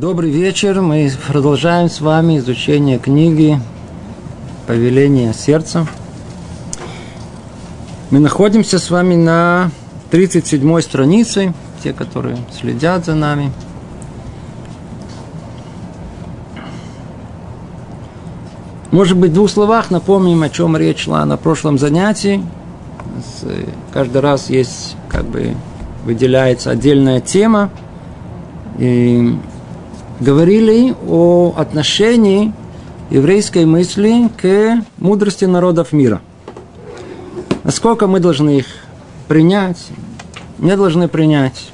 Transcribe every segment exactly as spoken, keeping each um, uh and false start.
Добрый вечер. Мы продолжаем с вами изучение книги «Повеление сердца». Мы находимся с вами на тридцать седьмой странице, те, которые следят за нами. Может быть, в двух словах напомним, о чем речь шла на прошлом занятии. Каждый раз есть, как бы, выделяется отдельная тема. И говорили о отношении еврейской мысли к мудрости народов мира. Насколько мы должны их принять, не должны принять.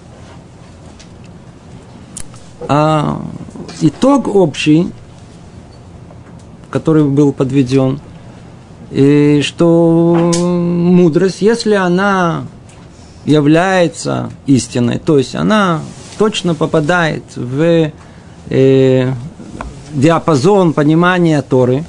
А итог общий, который был подведен, и что мудрость, если она является истиной, то есть она точно попадает в э, диапазон понимания Торы,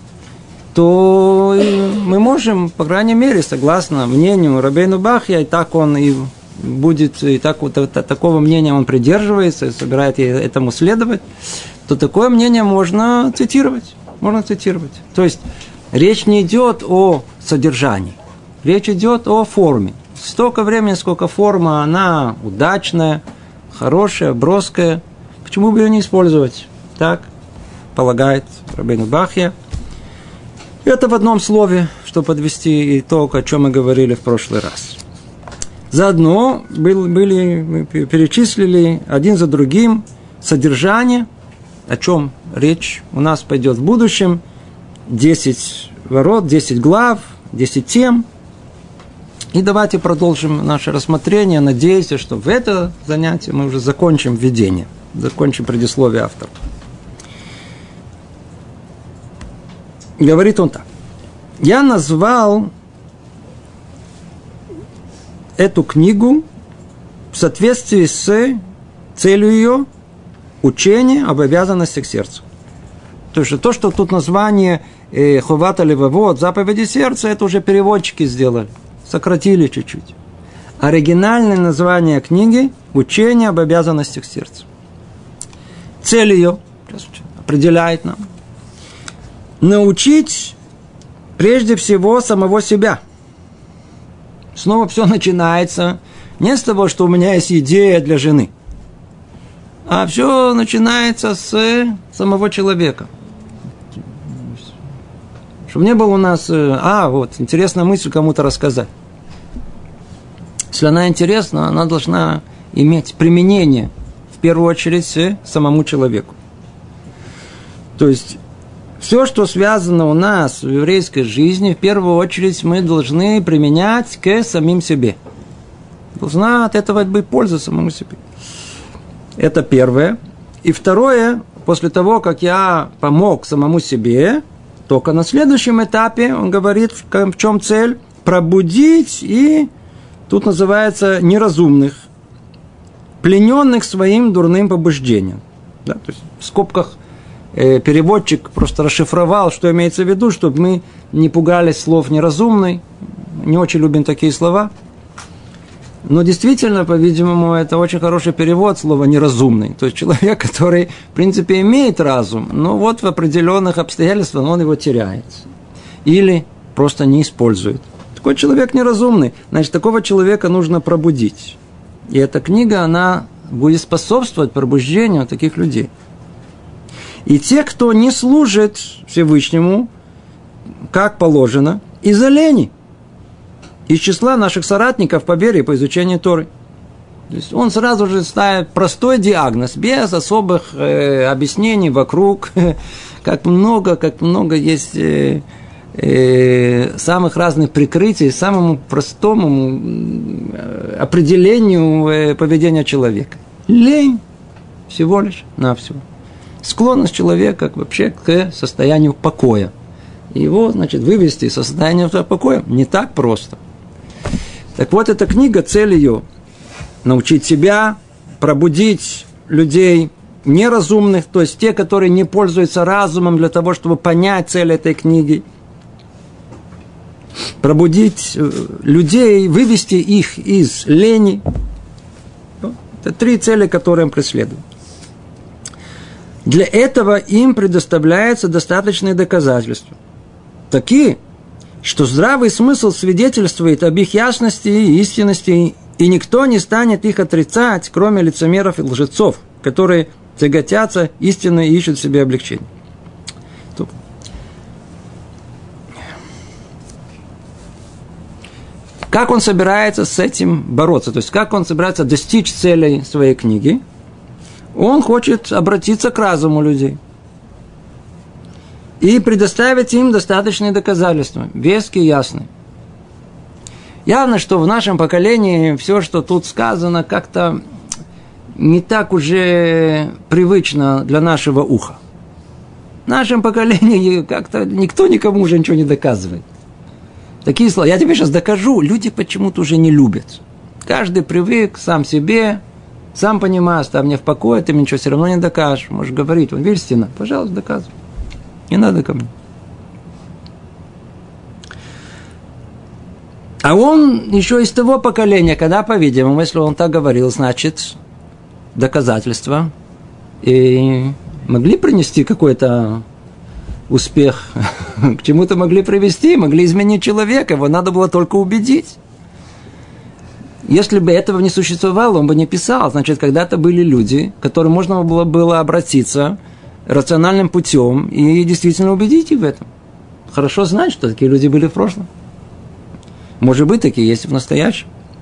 то мы можем, по крайней мере, согласно мнению Рабейну Бахья, и так он и будет, и так, вот, такого мнения он придерживается, и собирается этому следовать, то такое мнение можно цитировать. Можно цитировать. То есть речь не идет о содержании, речь идет о форме. Столько времени, сколько форма, она удачная, хорошая, броская, почему бы ее не использовать? Так полагает Рабейну Бахья. Это в одном слове, чтобы подвести итог, о чем мы говорили в прошлый раз. Заодно были, мы перечислили один за другим содержание, о чем речь у нас пойдет в будущем. десять ворот, десять глав, десять тем. И давайте продолжим наше рассмотрение. Надеюсь, что в это занятие мы уже закончим введение, закончим предисловие автора. Говорит он так. Я назвал эту книгу в соответствии с целью ее учение об обязанностях сердца. То есть то, что тут название Ховат алевавот, заповеди сердца, это уже переводчики сделали. Сократили чуть-чуть. Оригинальное название книги – учение об обязанностях сердца. Цель ее определяет нам. Научить прежде всего самого себя. Снова все начинается не с того, что у меня есть идея для жены, а все начинается с самого человека. Чтобы не было у нас, а, вот, интересная мысль кому-то рассказать. Если она интересна, она должна иметь применение, в первую очередь, самому человеку. То есть, все, что связано у нас в еврейской жизни, в первую очередь мы должны применять к самим себе. Должна от этого быть польза самому себе. Это первое. И второе, после того, как я помог самому себе, только на следующем этапе, он говорит, в чем цель? Пробудить и, тут называется, неразумных, плененных своим дурным побуждением. Да, то есть в скобках э, переводчик просто расшифровал, что имеется в виду, чтобы мы не пугались слов неразумный. Не очень любим такие слова. Но действительно, по-видимому, это очень хороший перевод слова «неразумный». То есть человек, который, в принципе, имеет разум, но вот в определенных обстоятельствах он его теряет. Или просто не использует. Такой человек неразумный. Значит, такого человека нужно пробудить. И эта книга, она будет способствовать пробуждению таких людей. И те, кто не служит Всевышнему, как положено, из-за лени. Из числа наших соратников по вере и по изучению Торы. То есть он сразу же ставит простой диагноз, без особых э, объяснений вокруг, как много, как много есть э, э, самых разных прикрытий, самому простому э, определению э, поведения человека. Лень всего лишь навсего. Склонность человека вообще к состоянию покоя. Его, значит, вывести из состояния покоя не так просто. Так вот, эта книга, цель ее научить себя, пробудить людей неразумных, то есть те, которые не пользуются разумом для того, чтобы понять цель этой книги, пробудить людей, вывести их из лени. Это три цели, которые он преследует. Для этого им предоставляется достаточные доказательства. Такие, что здравый смысл свидетельствует об их ясности и истинности, и никто не станет их отрицать, кроме лицемеров и лжецов, которые тяготятся истинно и ищут в себе облегчение. Как он собирается с этим бороться? То есть, как он собирается достичь целей своей книги? Он хочет обратиться к разуму людей и предоставить им достаточные доказательства, веские, ясные. Явно, что в нашем поколении все, что тут сказано, как-то не так уже привычно для нашего уха. В нашем поколении как-то никто никому уже ничего не доказывает. Такие слова. Я тебе сейчас докажу. Люди почему-то уже не любят. Каждый привык сам себе, сам понимаю, оставь меня в покое, ты мне ничего все равно не докажешь. Можешь говорить, вон, видишь, стена, пожалуйста, доказывай. Не надо ко мне. А он еще из того поколения, когда, по-видимому, если он так говорил, значит, доказательства и могли принести какой-то успех, к чему-то могли привести, могли изменить человека, его надо было только убедить. Если бы этого не существовало, он бы не писал. Значит, когда-то были люди, к которым можно было, было обратиться рациональным путем и действительно убедить их в этом. Хорошо знать, что такие люди были в прошлом. Может быть, такие есть в настоящем.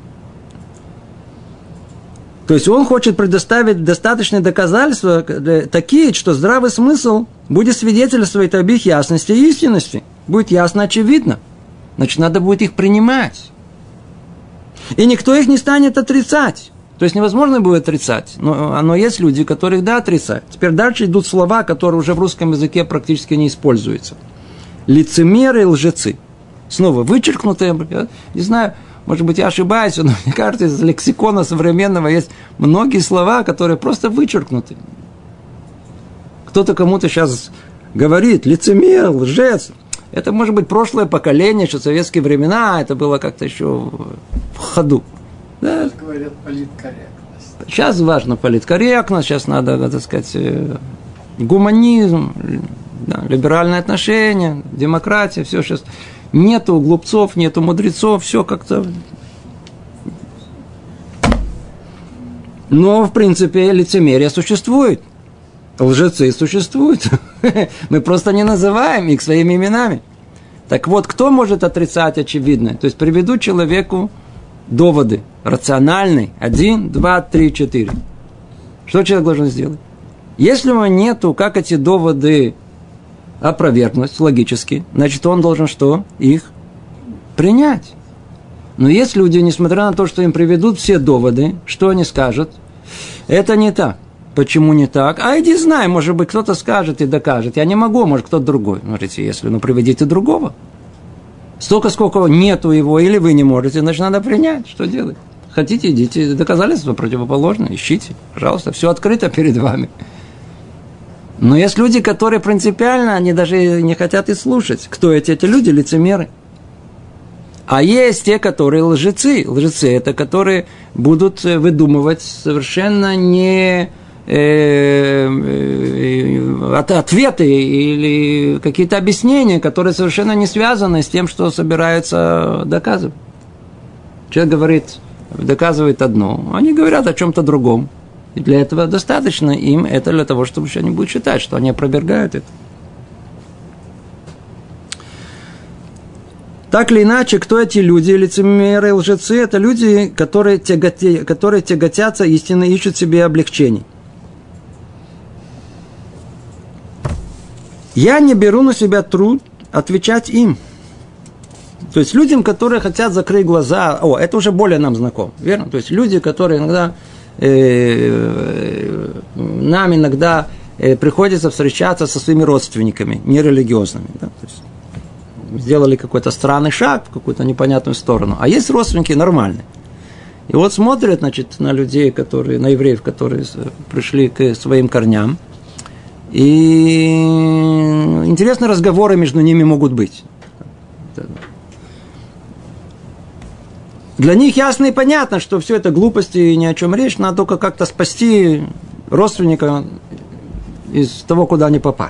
То есть он хочет предоставить достаточные доказательства, такие, что здравый смысл будет свидетельствовать об их ясности и истинности. Будет ясно, очевидно. Значит, надо будет их принимать. И никто их не станет отрицать. То есть невозможно будет отрицать. Но, но есть люди, которых да отрицают. Теперь дальше идут слова, которые уже в русском языке практически не используются. Лицемеры и лжецы. Снова вычеркнутые. Я не знаю, может быть, я ошибаюсь, но мне кажется, из лексикона современного есть многие слова, которые просто вычеркнуты. Кто-то кому-то сейчас говорит лицемер, лжец. Это может быть прошлое поколение, еще советские времена, это было как-то еще в ходу. Да? Говорят политкорректность. Сейчас важно политкорректность, сейчас надо, так сказать, гуманизм, да, либеральное отношение, демократия, все сейчас. Нету глупцов, нету мудрецов, все как-то. Но, в принципе, лицемерие существует. Лжецы существуют. Мы просто не называем их своими именами. Так вот, кто может отрицать очевидное? То есть, приведу человеку доводы рациональные. Один, два, три, четыре. Что человек должен сделать? Если у него нету, как эти доводы опровергнуть логически, значит, он должен что? Их принять. Но есть люди, несмотря на то, что им приведут все доводы, что они скажут? Это не так. Почему не так? А иди знай, может быть, кто-то скажет и докажет. Я не могу, может, кто-то другой. Смотрите, если, ну, приведите другого. Столько, сколько нету его, или вы не можете, значит, надо принять. Что делать? Хотите, идите, доказательства противоположные, ищите. Пожалуйста, все открыто перед вами. Но есть люди, которые принципиально, они даже не хотят и слушать. Кто эти? Эти люди лицемеры. А есть те, которые лжецы. Лжецы – это которые будут выдумывать совершенно не э, э, ответы или какие-то объяснения, которые совершенно не связаны с тем, что собираются доказывать. Человек говорит, доказывает одно, они говорят о чем-то другом. И для этого достаточно им это для того, чтобы они будут считать, что они опровергают это. Так или иначе, кто эти люди, лицемеры, лжецы? Это люди, которые, тяготи, которые тяготятся, истинно ищут себе облегчений. Я не беру на себя труд отвечать им. То есть людям, которые хотят закрыть глаза, о, это уже более нам знакомо, верно? То есть люди, которые иногда, э, нам иногда э, приходится встречаться со своими родственниками, нерелигиозными, да? То есть сделали какой-то странный шаг в какую-то непонятную сторону. А есть родственники нормальные. И вот смотрят, значит, на людей, которые, на евреев, которые пришли к своим корням. И интересные разговоры между ними могут быть. Для них ясно и понятно, что все это глупости и ни о чем речь. Надо только как-то спасти родственника из того, куда они попали.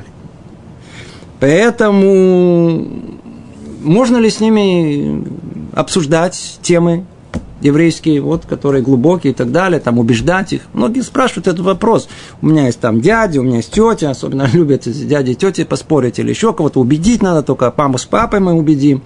Поэтому можно ли с ними обсуждать темы еврейские, вот, которые глубокие и так далее, там, убеждать их. Многие спрашивают этот вопрос. У меня есть там дядя, у меня есть тетя, особенно любят дяди и тети поспорить или еще кого-то убедить надо, только маму с папой мы убедим.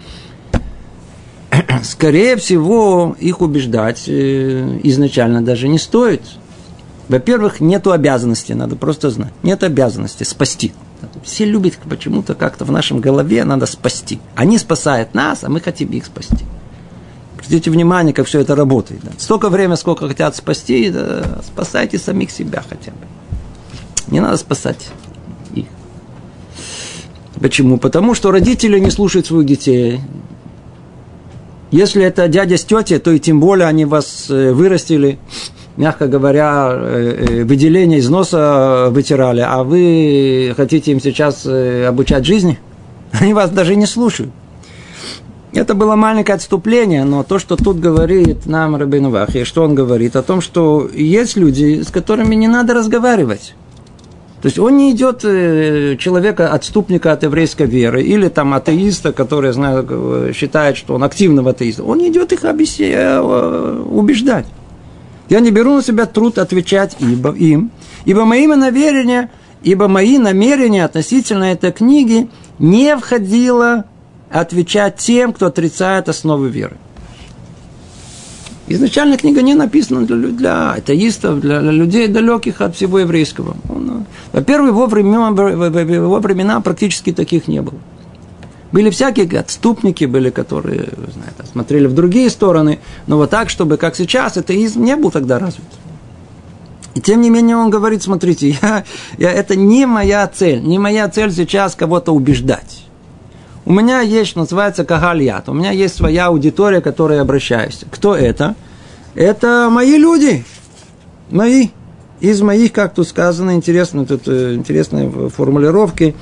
Скорее всего, их убеждать изначально даже не стоит. Во-первых, нету обязанности, надо просто знать. Нет обязанности спасти. Все любят почему-то как-то в нашем голове надо спасти. Они спасают нас, а мы хотим их спасти. Обратите внимание, как все это работает. Да. Столько времени, сколько хотят спасти, да, спасайте самих себя хотя бы. Не надо спасать их. Почему? Потому что родители не слушают своих детей. Если это дядя с тетей, то и тем более они вас вырастили, мягко говоря, выделение из носа вытирали, а вы хотите им сейчас обучать жизни? Они вас даже не слушают. Это было маленькое отступление, но то, что тут говорит нам Рабейну Вахья, что он говорит о том, что есть люди, с которыми не надо разговаривать. То есть он не идет человека, отступника от еврейской веры, или там атеиста, который, знаю, считает, что он активный атеист. Он не идет их убеждать. Я не беру на себя труд отвечать ибо, им, ибо мои намерения, ибо мои намерения относительно этой книги не входило отвечать тем, кто отрицает основы веры. Изначально книга не написана для, для атеистов, для, для людей далеких от всего еврейского. Он, во-первых, во времена, в его времена практически таких не было. Были всякие отступники, были, которые, знаете, смотрели в другие стороны, но вот так, чтобы, как сейчас, атеизм не был тогда развит. И тем не менее он говорит, смотрите, я, я, это не моя цель, не моя цель сейчас кого-то убеждать. У меня есть, что называется, кагаль-яд. У меня есть своя аудитория, к которой я обращаюсь. Кто это? Это мои люди. Мои. Из моих, как тут сказано, интересно, тут интересные формулировки.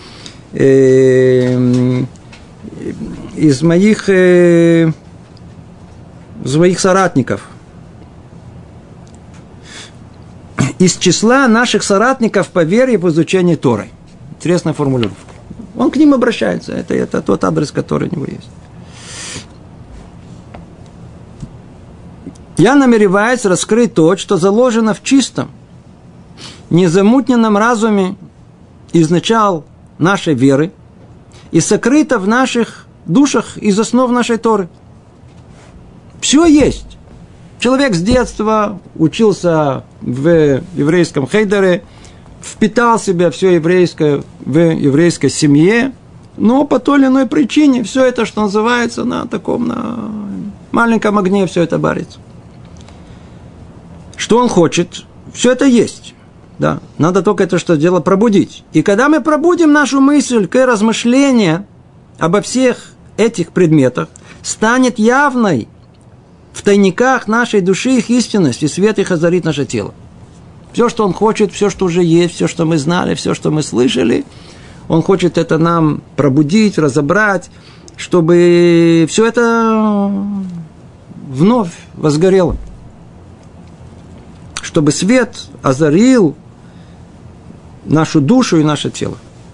Из моих, из моих соратников. Из числа наших соратников по вере и по изучению Торы. Интересная формулировка. Он к ним обращается. Это, это тот адрес, который у него есть. Я намереваюсь раскрыть то, что заложено в чистом, незамутненном разуме из начал нашей веры и сокрыто в наших душах из основ нашей Торы. Все есть. Человек с детства учился в еврейском хейдере, впитал в себя все еврейское в еврейской семье, но по той или иной причине все это, что называется, на таком на маленьком огне все это варится. Что он хочет, все это есть. Да. Надо только это что дело пробудить. И когда мы пробудим нашу мысль к размышлению обо всех этих предметах, станет явной в тайниках нашей души их истинность, и свет их озарит наше тело. Все, что он хочет, все, что уже есть, все, что мы знали, все, что мы слышали, он хочет это нам пробудить, разобрать, чтобы все это вновь возгорело. Чтобы свет озарил нашу душу и наше тело.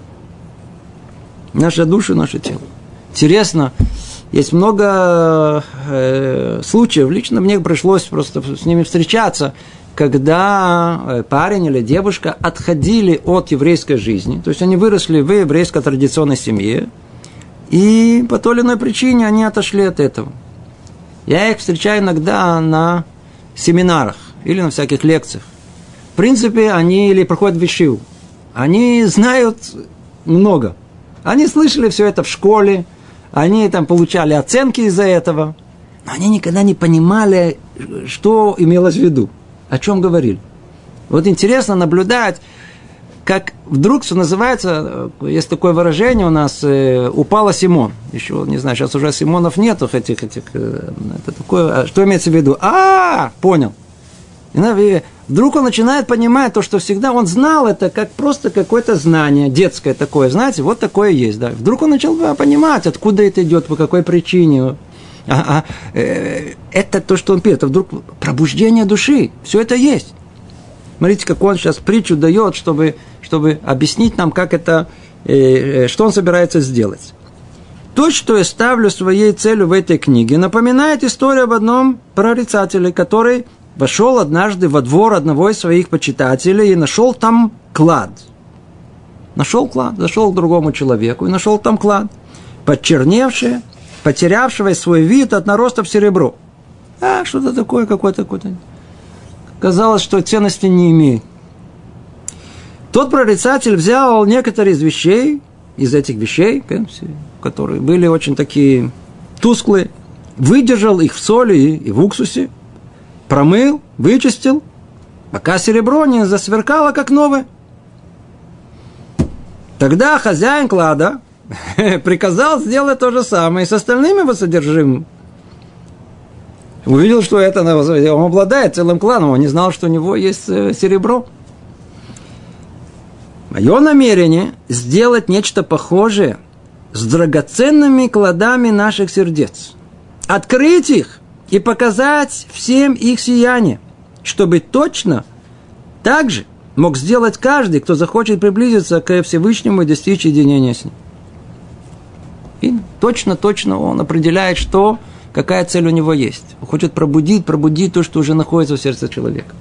Наша душа и наше тело. Интересно, есть много э, случаев, лично мне пришлось просто с ними встречаться, когда парень или девушка отходили от еврейской жизни, то есть они выросли в еврейской традиционной семье, и по той или иной причине они отошли от этого. Я их встречаю иногда на семинарах или на всяких лекциях. В принципе, они или проходят в ишиву. Они знают много. Они слышали все это в школе, они там получали оценки из-за этого, но они никогда не понимали, что имелось в виду. О чем говорили. Вот интересно наблюдать, как вдруг, что называется, есть такое выражение у нас, упала Симон. Еще, не знаю, сейчас уже Симонов нету этих, этих, это такое, что имеется в виду? А, понял. И вдруг он начинает понимать то, что всегда он знал это как просто какое-то знание, детское такое, знаете, вот такое есть. Да. Вдруг он начал понимать, откуда это идет, по какой причине. А, а, э, это то, что он пишет, это вдруг пробуждение души, все это есть. Смотрите, как он сейчас притчу дает, чтобы, чтобы чтобы объяснить нам, как это, э, что он собирается сделать. То, что я ставлю своей целью в этой книге, напоминает историю об одном прорицателе, который вошел однажды во двор одного из своих почитателей и нашел там клад. Нашел клад, зашел к другому человеку и нашел там клад, подчерневшее, потерявшего свой вид от нароста в серебро. А, что-то такое, какое-то, какое-то. Казалось, что ценности не имеет. Тот прорицатель взял некоторые из вещей, из этих вещей, которые были очень такие тусклые, выдержал их в соли и в уксусе, промыл, вычистил, пока серебро не засверкало, как новое. Тогда хозяин клада приказал сделать то же самое и с остальным его содержимым. Увидел, что это он обладает целым кладом, он не знал, что у него есть серебро. Мое намерение сделать нечто похожее с драгоценными кладами наших сердец. Открыть их и показать всем их сияние, чтобы точно так же мог сделать каждый, кто захочет приблизиться к Всевышнему и достичь единения с ним. И точно-точно он определяет, что, какая цель у него есть. Он хочет пробудить, пробудить то, что уже находится в сердце человека.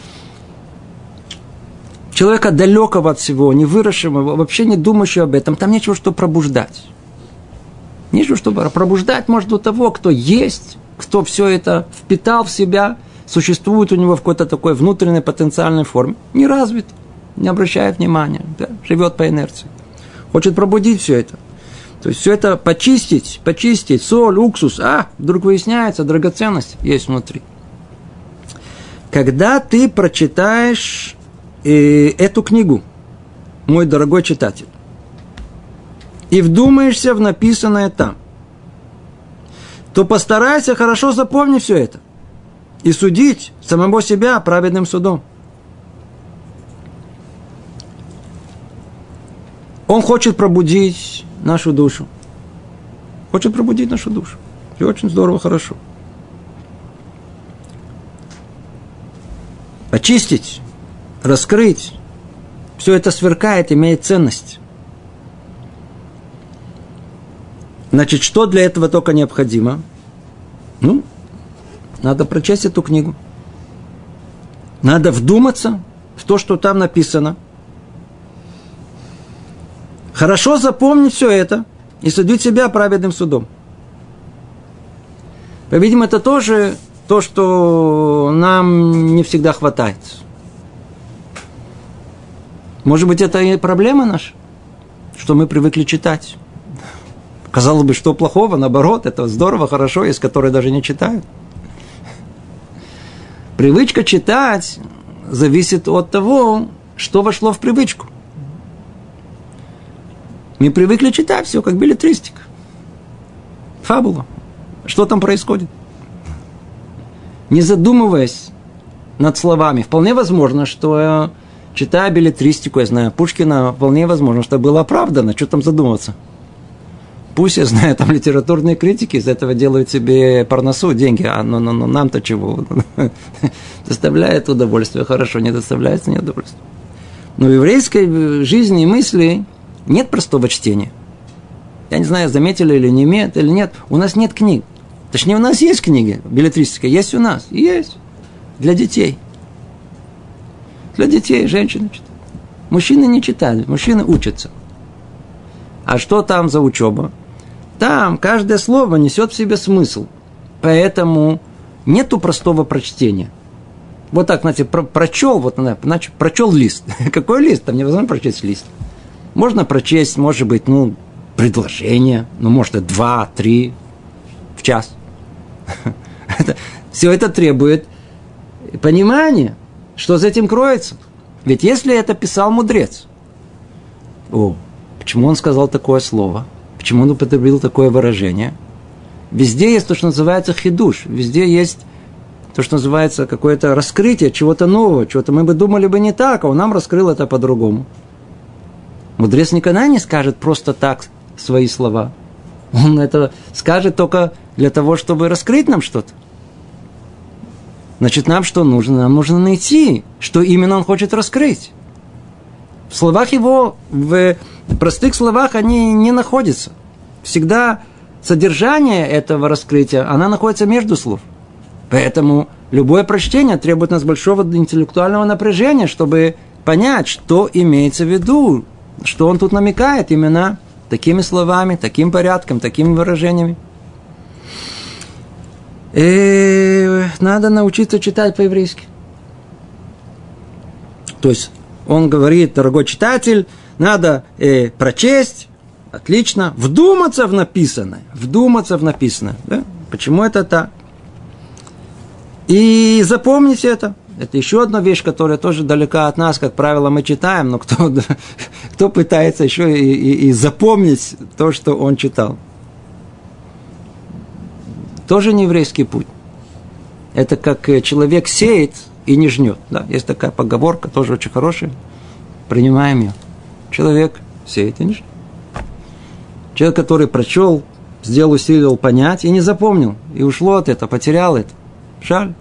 Человека далекого от всего, не выросшего, вообще не думающего об этом, там нечего что пробуждать. Нечего что пробуждать может у того, кто есть, кто все это впитал в себя, существует у него в какой-то такой внутренней потенциальной форме, не развит, не обращает внимания, да, живет по инерции. Хочет пробудить все это. То есть все это почистить, почистить, соль, уксус, а, вдруг выясняется, драгоценность есть внутри. Когда ты прочитаешь э, эту книгу, мой дорогой читатель, и вдумаешься в написанное там, то постарайся хорошо запомнить все это и судить самого себя праведным судом. Он хочет пробудить нашу душу. Хочет пробудить нашу душу. И очень здорово, хорошо. Очистить, раскрыть. Все это сверкает, имеет ценность. Значит, что для этого только необходимо? Ну, надо прочесть эту книгу. Надо вдуматься в то, что там написано. Хорошо запомнить все это и судить себя праведным судом. По-видимому, это тоже то, что нам не всегда хватает. Может быть, это и проблема наша, что мы привыкли читать. Казалось бы, что плохого, наоборот, это здорово, хорошо, есть, которые даже не читают. Привычка читать зависит от того, что вошло в привычку. Мы привыкли читать все, как беллетристика. Фабула. Что там происходит? Не задумываясь над словами. Вполне возможно, что, читая беллетристику, я знаю, Пушкина, вполне возможно, что было оправдано. Что там задумываться? Пусть, я знаю, там литературные критики из этого делают себе парносу, деньги, а ну, ну, ну, нам-то чего? Доставляет удовольствие, хорошо, не доставляет неудовольствие. Но в еврейской жизни и мысли нет простого чтения. Я не знаю, заметили или не нет, или нет. У нас нет книг. Точнее, у нас есть книги, беллетристика, есть у нас, есть. Для детей. Для детей женщины читают. Мужчины не читали, мужчины учатся. А что там за учеба? Там каждое слово несет в себе смысл. Поэтому нету простого прочтения. Вот так, знаете, про- прочел, вот, значит, прочел лист. Какой лист? Там невозможно прочесть лист. Можно прочесть, может быть, ну, предложение, ну, может, два, три в час. Все это требует понимания, что за этим кроется. Ведь если это писал мудрец, о, почему он сказал такое слово? Почему он употребил такое выражение? Везде есть то, что называется хидуш. Везде есть то, что называется какое-то раскрытие чего-то нового. Чего-то мы бы думали бы не так, а он нам раскрыл это по-другому. Мудрец никогда не скажет просто так свои слова. Он это скажет только для того, чтобы раскрыть нам что-то. Значит, нам что нужно? Нам нужно найти, что именно он хочет раскрыть. В словах его, в простых словах они не находятся. Всегда содержание этого раскрытия, она находится между слов. Поэтому любое прочтение требует у нас большого интеллектуального напряжения, чтобы понять, что имеется в виду, что он тут намекает именно такими словами, таким порядком, такими выражениями. И надо научиться читать по-еврейски. То есть он говорит, дорогой читатель, надо э, прочесть, отлично, вдуматься в написанное, вдуматься в написанное. Да? Почему это так? И запомните это. Это еще одна вещь, которая тоже далека от нас, как правило, мы читаем, но кто, кто пытается еще и, и, и запомнить то, что он читал. Тоже не еврейский путь. Это как человек сеет и не жнет. Да? Есть такая поговорка, тоже очень хорошая. Принимаем ее. Человек сеет и не жнет. Человек, который прочел, сделал, усилил понять и не запомнил. И ушло от этого, потерял это. Жаль.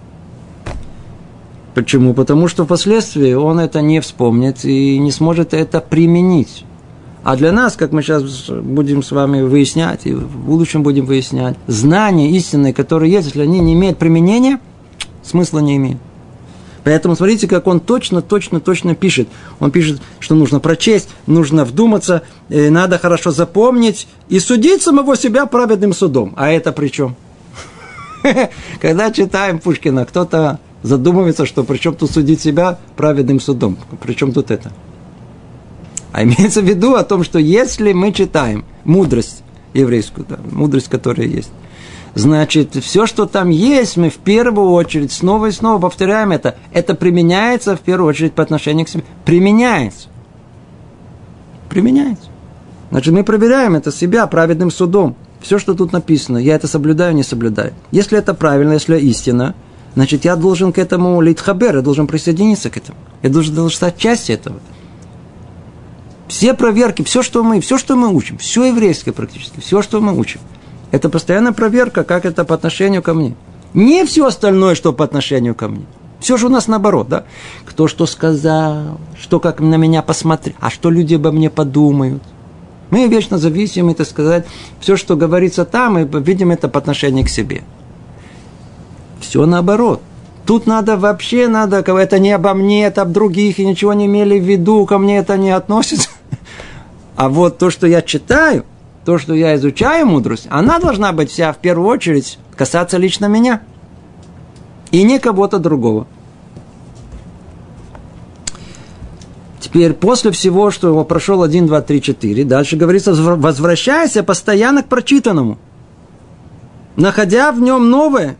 Почему? Потому что впоследствии он это не вспомнит и не сможет это применить. А для нас, как мы сейчас будем с вами выяснять, и в будущем будем выяснять, знания истинные, которые есть, если они не имеют применения, смысла не имеют. Поэтому смотрите, как он точно, точно, точно пишет. Он пишет, что нужно прочесть, нужно вдуматься, надо хорошо запомнить и судить самого себя праведным судом. А это при чем? Когда читаем Пушкина, кто-то задумывается, что при чем тут судить себя праведным судом. При чем тут это? А имеется в виду о том, что если мы читаем мудрость еврейскую, да, мудрость, которая есть, значит, все, что там есть, мы в первую очередь снова и снова повторяем это. Это применяется в первую очередь по отношению к себе. Применяется. Применяется. Значит, мы проверяем это себя праведным судом. Все, что тут написано, я это соблюдаю, не соблюдаю. Если это правильно, если истина, значит, я должен к этому лейтхабер, я должен присоединиться к этому. Я должен, должен стать частью этого. Все проверки, все, что мы, все, что мы учим, все еврейское практически, все, что мы учим, это постоянная проверка, как это по отношению ко мне. Не все остальное, что по отношению ко мне. Все же у нас наоборот, да? Кто что сказал, что как на меня посмотрел, а что люди обо мне подумают. Мы вечно зависимы, так сказать, все, что говорится там, мы видим это по отношению к себе. Все наоборот. Тут надо вообще, надо, это не обо мне, это об других, и ничего не имели в виду, ко мне это не относится. А вот то, что я читаю, то, что я изучаю мудрость, она должна быть вся в первую очередь касаться лично меня. И не кого-то другого. Теперь, после всего, что прошел один, два, три, четыре, дальше говорится, возвращайся постоянно к прочитанному, находя в нем новое,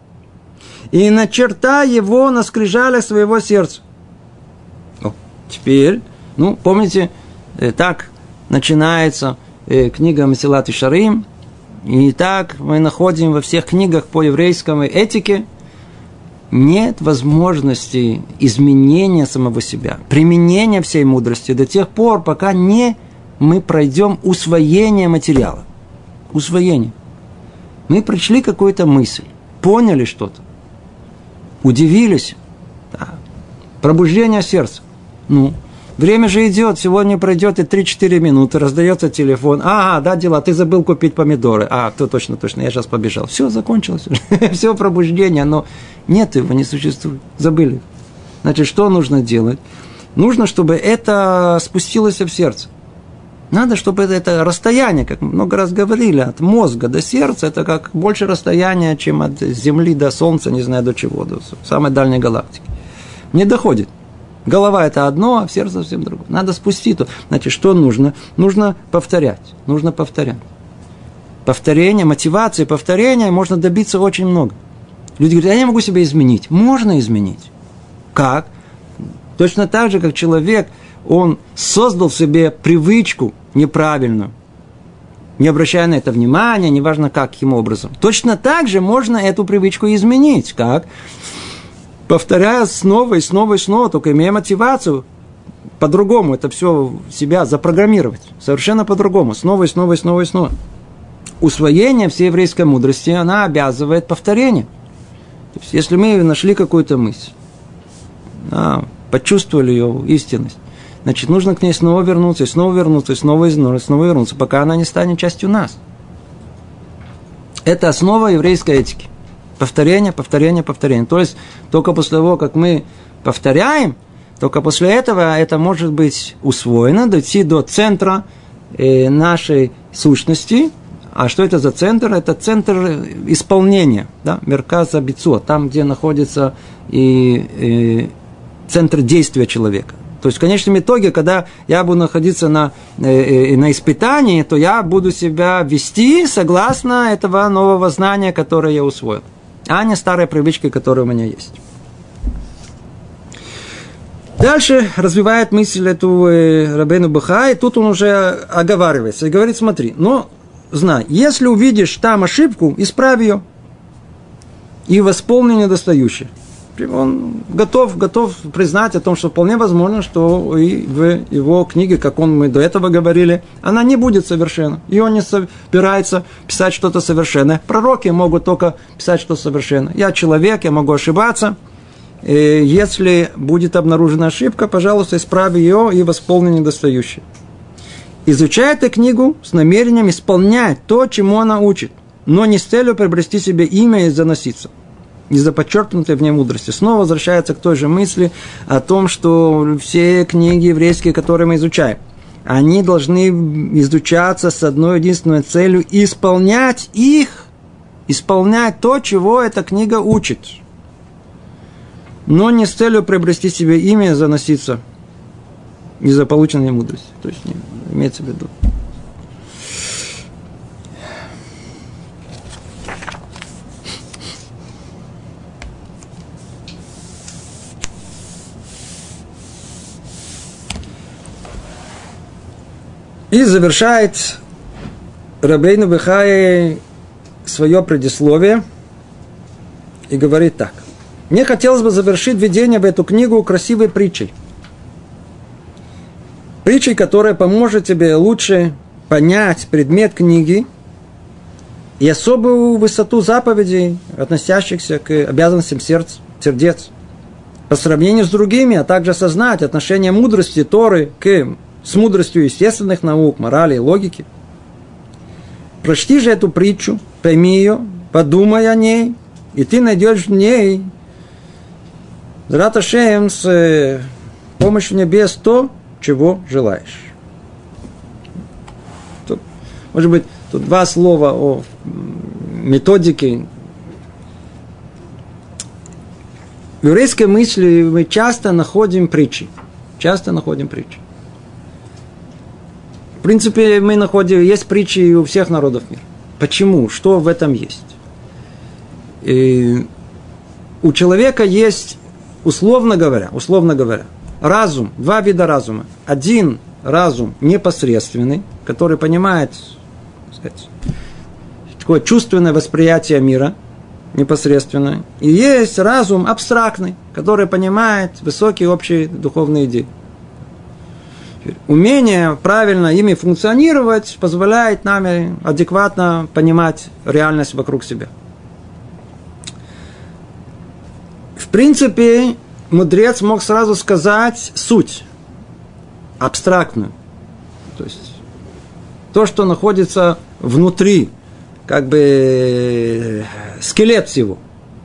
и начертай его на скрижалях своего сердца. О, теперь, ну, помните, э, так начинается э, книга Месилат Ишарим, и так мы находим во всех книгах по еврейской этике, нет возможности изменения самого себя, применения всей мудрости до тех пор, пока не мы пройдем усвоение материала. Усвоение. Мы прочли какую-то мысль, поняли что-то, удивились. Да. Пробуждение сердца. Ну, время же идет, сегодня пройдет и три-четыре минуты, раздается телефон. Ага, да, дела, ты забыл купить помидоры. А, то точно, точно, я сейчас побежал. Все, закончилось. Все пробуждение, но нет его, не существует. Забыли. Значит, что нужно делать? Нужно, чтобы это спустилось в сердце. Надо, чтобы это, это расстояние, как мы много раз говорили, от мозга до сердца, это как больше расстояние, чем от Земли до Солнца, не знаю до чего, до самой дальней галактики. Не доходит. Голова – это одно, а в сердце совсем другое. Надо спустить. Значит, что нужно? Нужно повторять. Нужно повторять. Повторение, мотивации, повторения можно добиться очень много. Люди говорят, я не могу себя изменить. Можно изменить. Как? Точно так же, как человек, он создал в себе привычку неправильную, не обращая на это внимания, неважно каким образом. Точно так же можно эту привычку изменить. Как? Повторяя снова и снова и снова, только имея мотивацию, по-другому это все себя запрограммировать. Совершенно по-другому. Снова и снова и снова и снова. Усвоение всей еврейской мудрости, она обязывает повторение. То есть, если мы нашли какую-то мысль, да, почувствовали ее истинность, значит, нужно к ней снова вернуться, и снова вернуться, и снова вернуться, и снова вернуться, пока она не станет частью нас. Это основа еврейской этики. Повторение, повторение, повторение. То есть, только после того, как мы повторяем, только после этого это может быть усвоено, дойти до центра э, нашей сущности. А что это за центр? Это центр исполнения, да? Мерказ абицуа, там, где находится и, и центр действия человека. То есть в конечном итоге, когда я буду находиться на, э, на испытании, то я буду себя вести согласно этого нового знания, которое я усвоил, а не старой привычки, которая у меня есть. Дальше развивает мысль эту э, Рабейну Бахай, и тут он уже оговаривается и говорит: смотри, но знай, если увидишь там ошибку, исправь ее и восполни недостающее. Он готов, готов признать о том, что вполне возможно, что и в его книге, как он, мы до этого говорили, она не будет совершенна. И он не собирается писать что-то совершенное. Пророки могут только писать что-то совершенное. Я человек, я могу ошибаться. И если будет обнаружена ошибка, пожалуйста, исправь ее и восполни недостающее. Изучай эту книгу с намерением исполнять то, чему она учит, но не с целью приобрести себе имя и заноситься. Из-за подчеркнутой в ней мудрости. Снова возвращается к той же мысли о том, что все книги еврейские, которые мы изучаем, они должны изучаться с одной единственной целью – исполнять их, исполнять то, чего эта книга учит. Но не с целью приобрести себе имя и заноситься из-за полученной мудрости. То есть, имеется в виду. И завершает Рабейну Бахай свое предисловие и говорит так. Мне хотелось бы завершить введение в эту книгу красивой притчей. Притчей, которая поможет тебе лучше понять предмет книги и особую высоту заповедей, относящихся к обязанностям сердца, сердец, по сравнению с другими, а также осознать отношение мудрости Торы к с мудростью естественных наук, морали и логики. Прочти же эту притчу, пойми ее, подумай о ней, и ты найдешь в ней, Зрат Ашем, с помощью небес то, чего желаешь. Тут, может быть, тут два слова о методике. В еврейской мысли мы часто находим притчи. Часто находим притчи. В принципе, мы находим, есть притчи у всех народов мира. Почему? Что в этом есть? И у человека есть, условно говоря, условно говоря, разум, два вида разума. Один разум непосредственный, который понимает, так сказать, такое чувственное восприятие мира, непосредственное. И есть разум абстрактный, который понимает высокие общие духовные идеи. Умение правильно ими функционировать позволяет нам адекватно понимать реальность вокруг себя. В принципе, мудрец мог сразу сказать суть, абстрактную. То есть, то, что находится внутри, как бы скелет всего.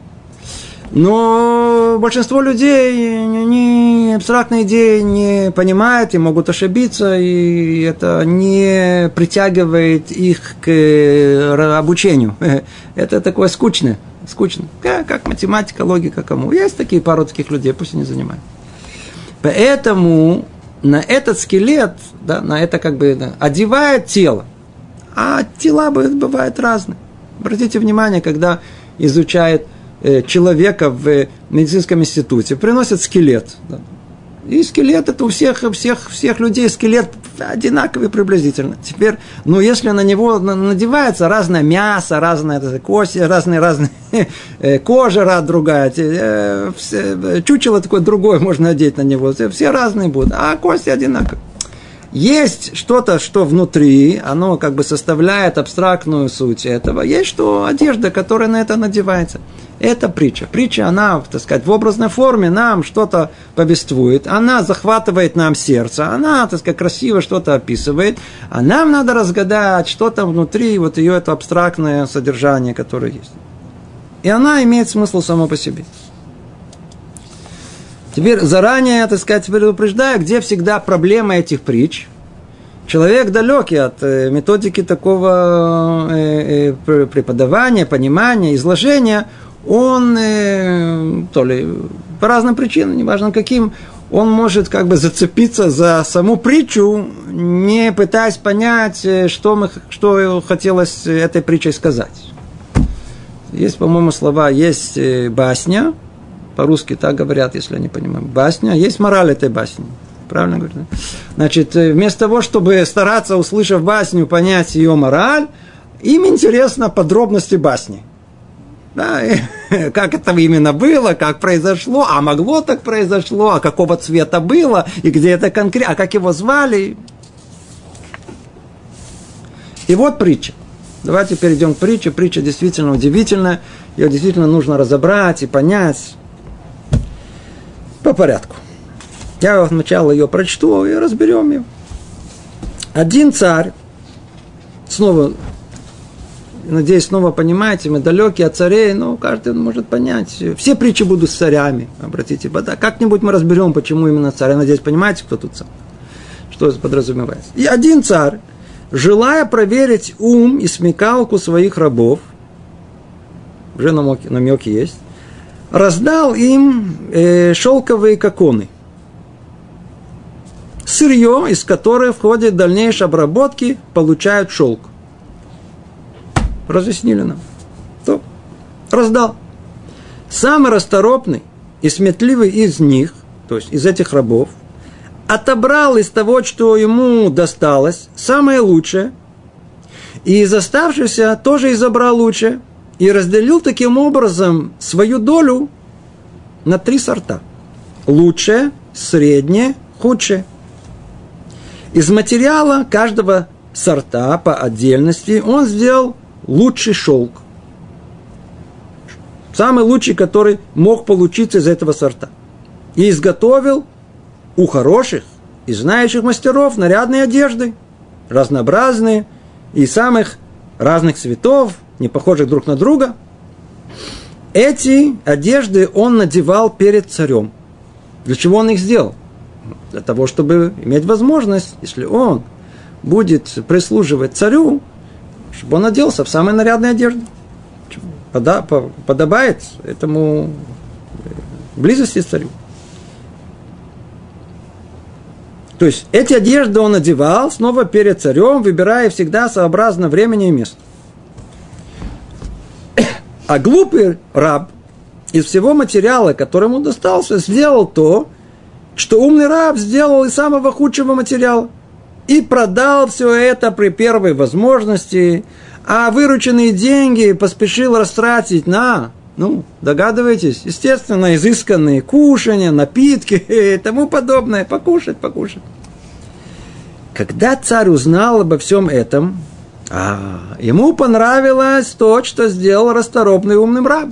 Но большинство людей не абстрактные идеи не понимают и могут ошибиться, и это не притягивает их к обучению. Это такое скучное, скучно. Как математика, логика, кому. Есть такие пару таких людей, пусть они занимают. Поэтому на этот скелет, да, на это как бы да, одевает тело. А тела бывают разные. Обратите внимание, когда изучают человека в медицинском институте, приносят скелет. Да. И скелет это у всех, всех, всех людей скелет одинаковый приблизительно. Теперь, ну, если на него надевается разное мясо, разные кости, разные, разные кожа другая, чучело такое другое можно надеть на него, все разные будут, а кости одинаковые. Есть что-то, что внутри, оно как бы составляет абстрактную суть этого. Есть что одежда, которая на это надевается. Это притча. Притча, она, так сказать, в образной форме нам что-то повествует. Она захватывает нам сердце. Она, так сказать, красиво что-то описывает. А нам надо разгадать, что там внутри, вот ее это абстрактное содержание, которое есть. И она имеет смысл само по себе. Теперь заранее, так сказать, предупреждаю, где всегда проблема этих притч. Человек далекий от методики такого преподавания, понимания, изложения, он то ли по разным причинам, неважно каким, он может как бы зацепиться за саму притчу, не пытаясь понять, что, мы, что хотелось этой притчей сказать. Есть, по-моему, слова, есть басня, по-русски так говорят, если я не понимаю. Басня. Есть мораль этой басни. Правильно говорю? Значит, вместо того, чтобы стараться, услышав басню, понять ее мораль, им интересно подробности басни. Да, как это именно было, как произошло, а могло так произошло, а какого цвета было, и где это конкретно, а как его звали. И вот притча. Давайте перейдем к притче. Притча действительно удивительная. Ее действительно нужно разобрать и понять. По порядку. Я сначала ее прочту и разберем ее. Один царь, снова, надеюсь, снова понимаете, мы далекие от царей, но каждый может понять. Все притчи будут с царями, обратите, да, как-нибудь мы разберем, почему именно царь. Я надеюсь, понимаете, кто тут царь, что подразумевается. И один царь, желая проверить ум и смекалку своих рабов, уже намеки, намеки есть, раздал им э, шелковые коконы, сырье, из которых в ходе дальнейшей обработки получают шелк. Разъяснили нам. То раздал. Самый расторопный и сметливый из них, то есть из этих рабов, отобрал из того, что ему досталось, самое лучшее, и из оставшихся тоже изобрал лучшее, и разделил таким образом свою долю на три сорта. Лучшее, среднее, худшее. Из материала каждого сорта по отдельности он сделал лучший шелк. Самый лучший, который мог получиться из этого сорта. И изготовил у хороших и знающих мастеров нарядные одежды, разнообразные и самых разных цветов, не похожих друг на друга. Эти одежды он надевал перед царем. Для чего он их сделал? Для того, чтобы иметь возможность, если он будет прислуживать царю, чтобы он оделся в самые нарядные одежды. Подобает этому близости с царю. То есть эти одежды он надевал снова перед царем, выбирая всегда сообразно времени и место. А глупый раб из всего материала, который ему достался, сделал то, что умный раб сделал из самого худшего материала. И продал все это при первой возможности, а вырученные деньги поспешил растратить на, ну, догадываетесь, естественно, изысканные кушания, напитки и тому подобное. Покушать, покушать. Когда царь узнал обо всем этом, а, ему понравилось то, что сделал расторопный умный раб.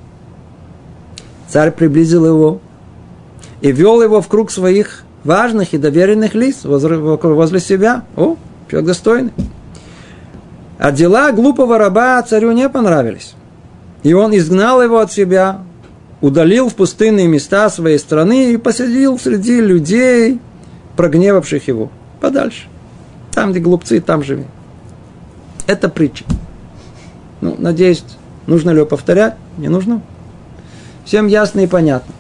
Царь приблизил его и вел его в круг своих важных и доверенных лиц возле, возле себя. О, человек достойный. А дела глупого раба царю не понравились. И он изгнал его от себя, удалил в пустынные места своей страны и посадил среди людей, прогневавших его, подальше. Там, где глупцы, там живи. Это притча. Ну, надеюсь, нужно ли ее повторять? Не нужно. Всем ясно и понятно.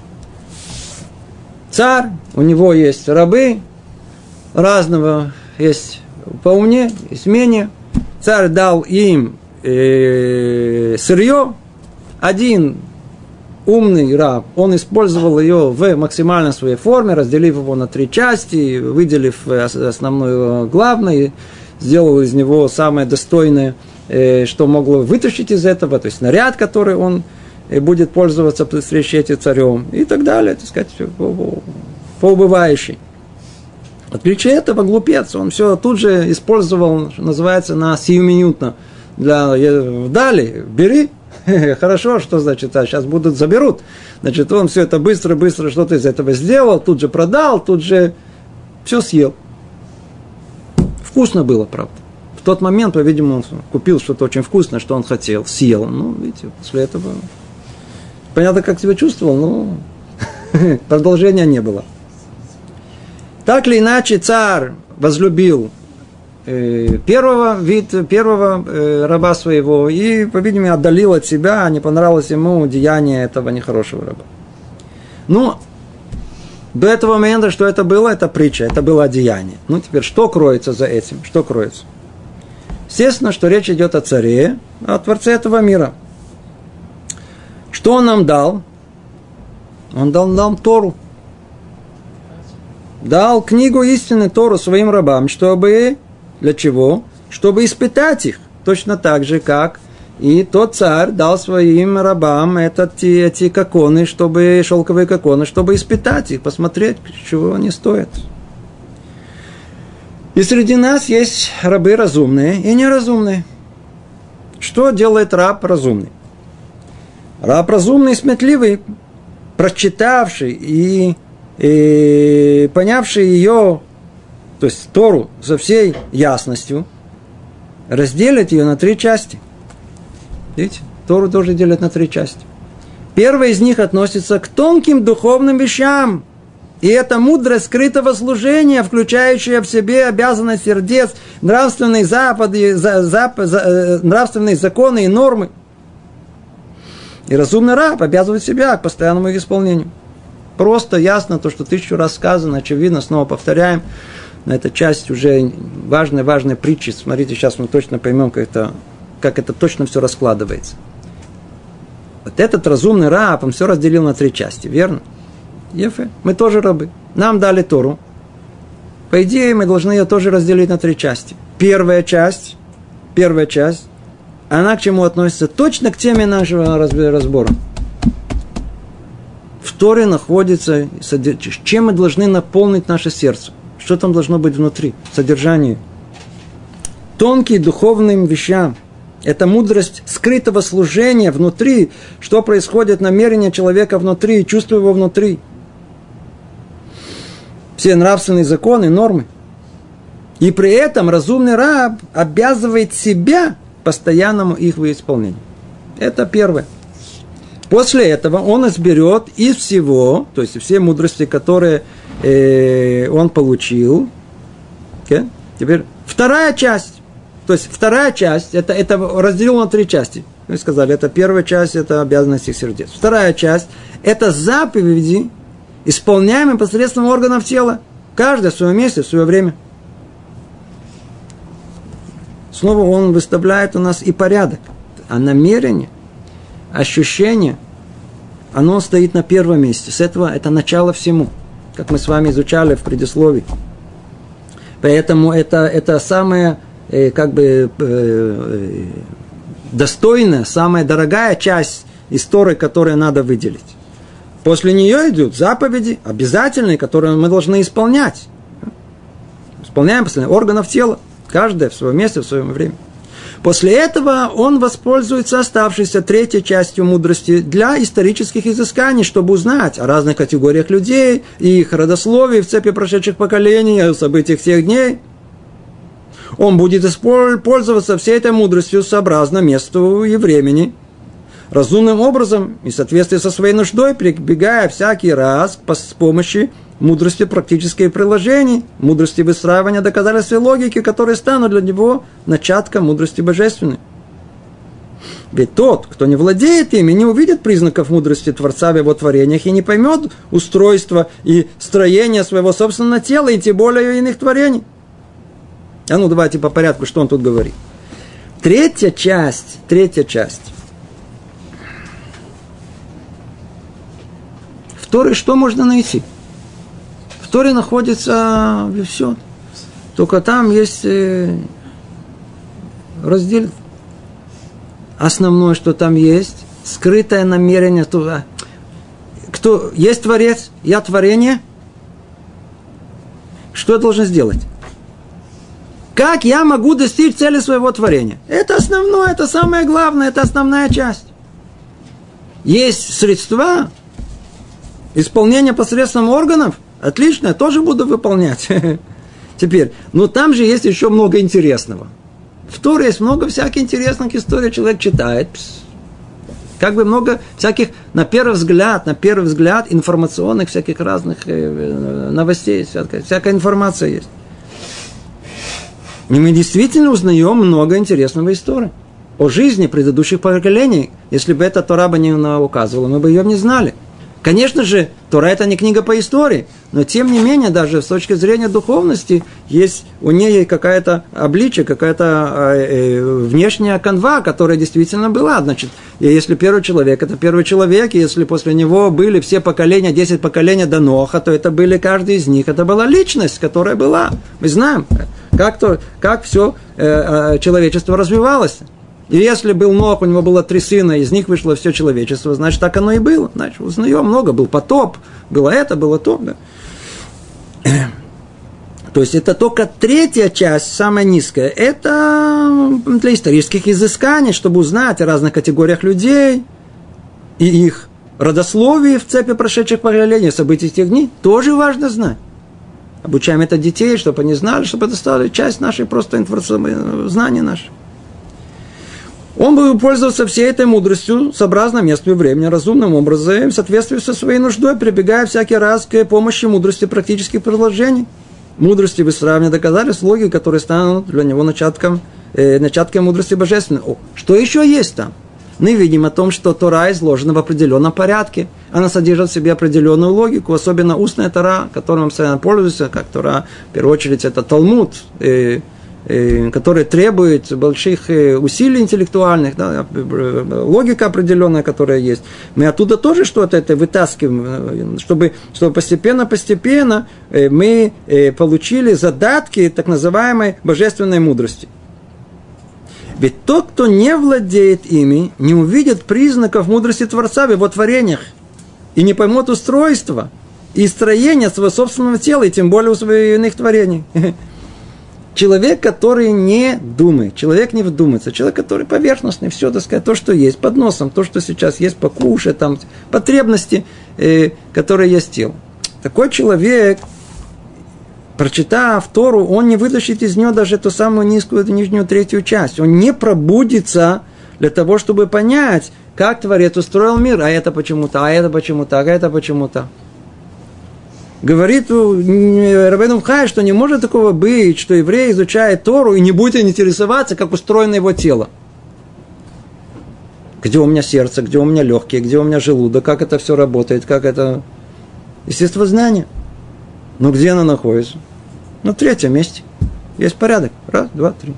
Царь, у него есть рабы, разного есть поумнее, есть менее. Царь дал им э, сырье. Один умный раб, он использовал ее в максимальной своей форме, разделив его на три части, выделив основное главное, сделал из него самое достойное, э, что могло вытащить из этого, то есть наряд, который он будет пользоваться при встрече царем, и так далее, так сказать, по, по убывающей. В отличие от этого, глупец, он все тут же использовал, что называется, на сиюминутно. Для, дали, бери, хорошо, что значит, а сейчас будут, заберут. Значит, он все это быстро-быстро что-то из этого сделал, тут же продал, тут же все съел. Вкусно было, правда. В тот момент, по-видимому, он купил что-то очень вкусное, что он хотел, съел. Ну, видите, после этого... Понятно, как себя чувствовал, но продолжения не было. Так или иначе, царь возлюбил э, первого, вид, первого э, раба своего и, по-видимому, отдалил от себя, не понравилось ему деяние этого нехорошего раба. Ну, до этого момента, что это было, это притча, это было одеяние. Ну, теперь, что кроется за этим? Что кроется? Естественно, что речь идет о царе, о Творце этого мира. Что он нам дал? Он дал нам Тору. Дал книгу истины, Тору своим рабам, чтобы, для чего? Чтобы испытать их, точно так же, как и тот царь дал своим рабам этот, эти коконы, чтобы, шелковые коконы, чтобы испытать их, посмотреть, чего они стоят. И среди нас есть рабы разумные и неразумные. Что делает раб разумный? Раб разумный и сметливый, прочитавший и, и понявший ее, то есть Тору со всей ясностью, разделит ее на три части. Видите? Тору тоже делят на три части. Первая из них относится к тонким духовным вещам. И это мудрость скрытого служения, включающая в себе обязанность сердец, нравственные, запады, за, зап, за, нравственные законы и нормы. И разумный раб обязывает себя к постоянному их исполнению. Просто ясно то, что тысячу раз сказано, очевидно, снова повторяем. На эта часть уже важная-важная притча. Смотрите, сейчас мы точно поймем, как это, как это точно все раскладывается. Вот этот разумный раб, он все разделил на три части, верно? Ефе, мы тоже рабы. Нам дали Тору. По идее, мы должны ее тоже разделить на три части. Первая часть, первая часть, она к чему относится? Точно к теме нашего разбора. В Торе находится, чем мы должны наполнить наше сердце. Что там должно быть внутри? Содержание. Тонкие духовным вещам. Это мудрость скрытого служения внутри. Что происходит, намерение человека внутри, чувство его внутри. Все нравственные законы, нормы. И при этом разумный раб обязывает себя постоянному их исполнению. Это первое. После этого он изберет из всего, то есть все мудрости, которые э, он получил. Okay? Теперь вторая часть. То есть вторая часть, это, это разделил на три части. Мы сказали, это первая часть, это обязанности сердец. Вторая часть, это заповеди, исполняемые посредством органов тела. Каждое в своем месте, в свое время. Снова он выставляет у нас и порядок. А намерение, ощущение, оно стоит на первом месте. С этого это начало всему. Как мы с вами изучали в предисловии. Поэтому это, это самое, как бы, достойная, самая дорогая часть истории, которую надо выделить. После нее идут заповеди, обязательные, которые мы должны исполнять. Исполняем постоянно органов тела. Каждое в своем месте, в свое время. После этого он воспользуется оставшейся третьей частью мудрости для исторических изысканий, чтобы узнать о разных категориях людей, и их родословии в цепи прошедших поколений, о событиях всех дней. Он будет пользоваться всей этой мудростью сообразно месту и времени, разумным образом и в соответствии со своей нуждой, прибегая всякий раз с помощью мудрости практических приложений, мудрости выстраивания доказательств и логики, которые станут для него начатком мудрости божественной. Ведь тот, кто не владеет ими, не увидит признаков мудрости Творца в его творениях и не поймет устройства и строения своего собственного тела, и тем более иных творений. А ну давайте по порядку, что он тут говорит. Третья часть, третья часть. В Торе что можно найти? В Торе находится все. Только там есть раздел. Основное, что там есть, скрытое намерение. Кто есть Творец, я творение. что я должен сделать? Как я могу достичь цели своего творения? Это основное, это самое главное, это основная часть. Есть средства исполнения посредством органов. Отлично, я тоже буду выполнять. Теперь, но там же есть еще много интересного. В Торе есть много всяких интересных историй, человек читает. Как бы много всяких, на первый взгляд, на первый взгляд, информационных всяких разных новостей, всякая, всякая информация есть. И мы действительно узнаем много интересного истории о жизни предыдущих поколений. Если бы эта Тора бы не указывала, мы бы ее не знали. Конечно же, Тора – это не книга по истории, но тем не менее, даже с точки зрения духовности, есть у нее какая-то обличие, какая-то э, внешняя канва, которая действительно была. Значит, если первый человек – это первый человек, и если после него были все поколения, десять поколений до Ноха, то это были каждый из них, это была личность, которая была. Мы знаем, как, то, как все э, человечество развивалось. И если был Нох, у него было три сына, из них вышло все человечество, значит, так оно и было. Значит, узнаем много, был потоп, было это, было то. Да. То есть, это только третья часть, самая низкая. Это для исторических изысканий, чтобы узнать о разных категориях людей и их родословии в цепи прошедших поколений, событий тех дней. Тоже важно знать. Обучаем это детей, чтобы они знали, чтобы это стала часть нашей просто информационной знания нашей. Он будет пользоваться всей этой мудростью, сообразно месту и времени, разумным образом, в соответствии со своей нуждой, прибегая всякий раз к помощи мудрости практических предложений. Мудрости вы сравниваете доказательств логики, которые станут для него начатком, э, начатком мудрости божественной. О, что еще есть там? Мы видим о том, что Тора изложена в определенном порядке. Она содержит в себе определенную логику, особенно устная Тора, которой мы постоянно пользуемся, как Тора, в первую очередь, это Талмуд, э, который требует больших усилий интеллектуальных, да, логика определенная, которая есть. Мы оттуда тоже что-то это вытаскиваем, чтобы, чтобы постепенно-постепенно мы получили задатки так называемой божественной мудрости. Ведь тот, кто не владеет ими, не увидит признаков мудрости Творца в его творениях и не поймет устройства и строения своего собственного тела, и тем более у своих иных творений. Человек, который не думает, человек не вдумается, человек, который поверхностный, все, так сказать, то, что есть, под носом, то, что сейчас есть, покушать, там, потребности, э, которые есть тело. Такой человек, прочитав Тору, он не вытащит из нее даже ту самую низкую, нижнюю, третью часть. Он не пробудится для того, чтобы понять, как Творец устроил мир, а это почему-то, а это почему-то, а это почему-то. Говорит Рабейну Хай, что не может такого быть, что еврей изучает Тору и не будет интересоваться, как устроено его тело. Где у меня сердце, где у меня легкие, где у меня желудок, как это все работает, как это... Естествознание. Но где оно находится? На третьем месте. Есть порядок. Раз, два, три.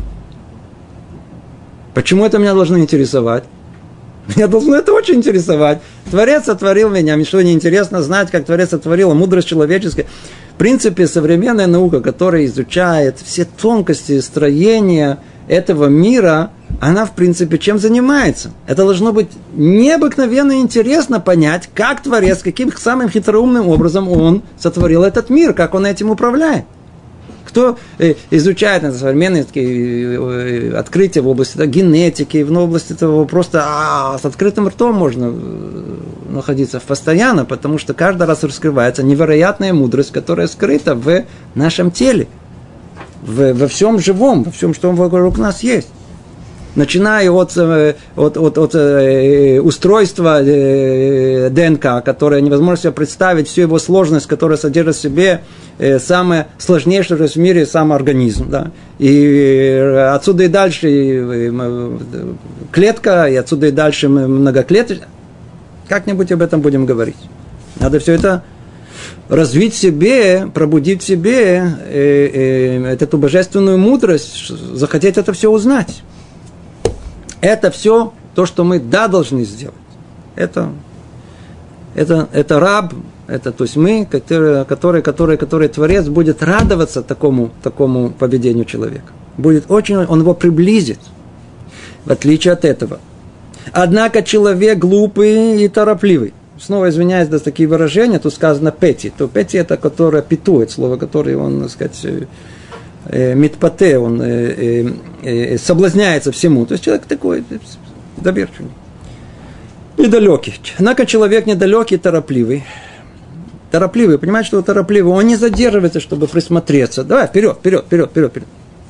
Почему это меня должно интересовать? Меня должно это очень интересовать. Творец сотворил меня. Мне что, не интересно знать, как Творец сотворил, мудрость человеческая. В принципе, современная наука, которая изучает все тонкости строения этого мира, она, в принципе, чем занимается? Это должно быть необыкновенно интересно понять, как Творец, каким самым хитроумным образом он сотворил этот мир, как он этим управляет. Кто изучает современные такие открытия в области да, генетики, в области того, просто а, с открытым ртом можно находиться постоянно, потому что каждый раз раскрывается невероятная мудрость, которая скрыта в нашем теле, в, во всем живом, во всем, что вокруг нас есть. Начиная от, от, от, от устройства ДНК, которое невозможно себе представить, всю его сложность, которая содержит в себе самое сложнейшее в мире сам организм. Да? И отсюда и дальше клетка, и отсюда и дальше многоклеточка. Как-нибудь об этом будем говорить. Надо все это развить в себе, пробудить в себе э, э, эту божественную мудрость, захотеть это все узнать. Это все то, что мы да должны сделать. Это, это, это раб, это то есть мы, который, который, который, который Творец будет радоваться такому, такому поведению человека. Будет очень, он его приблизит, в отличие от этого. Однако человек глупый и торопливый, снова извиняюсь за такие выражения, тут сказано пети. То пети это, которое питует, слово, которое он, так сказать, э, митпате, он э, э, э, соблазняется всему. То есть человек такой доверчивый, недалекий. Однако человек недалекий, торопливый. Торопливый, понимаете, что он торопливый? Он не задерживается, чтобы присмотреться. Давай, вперед, вперед, вперед, вперед, вперед.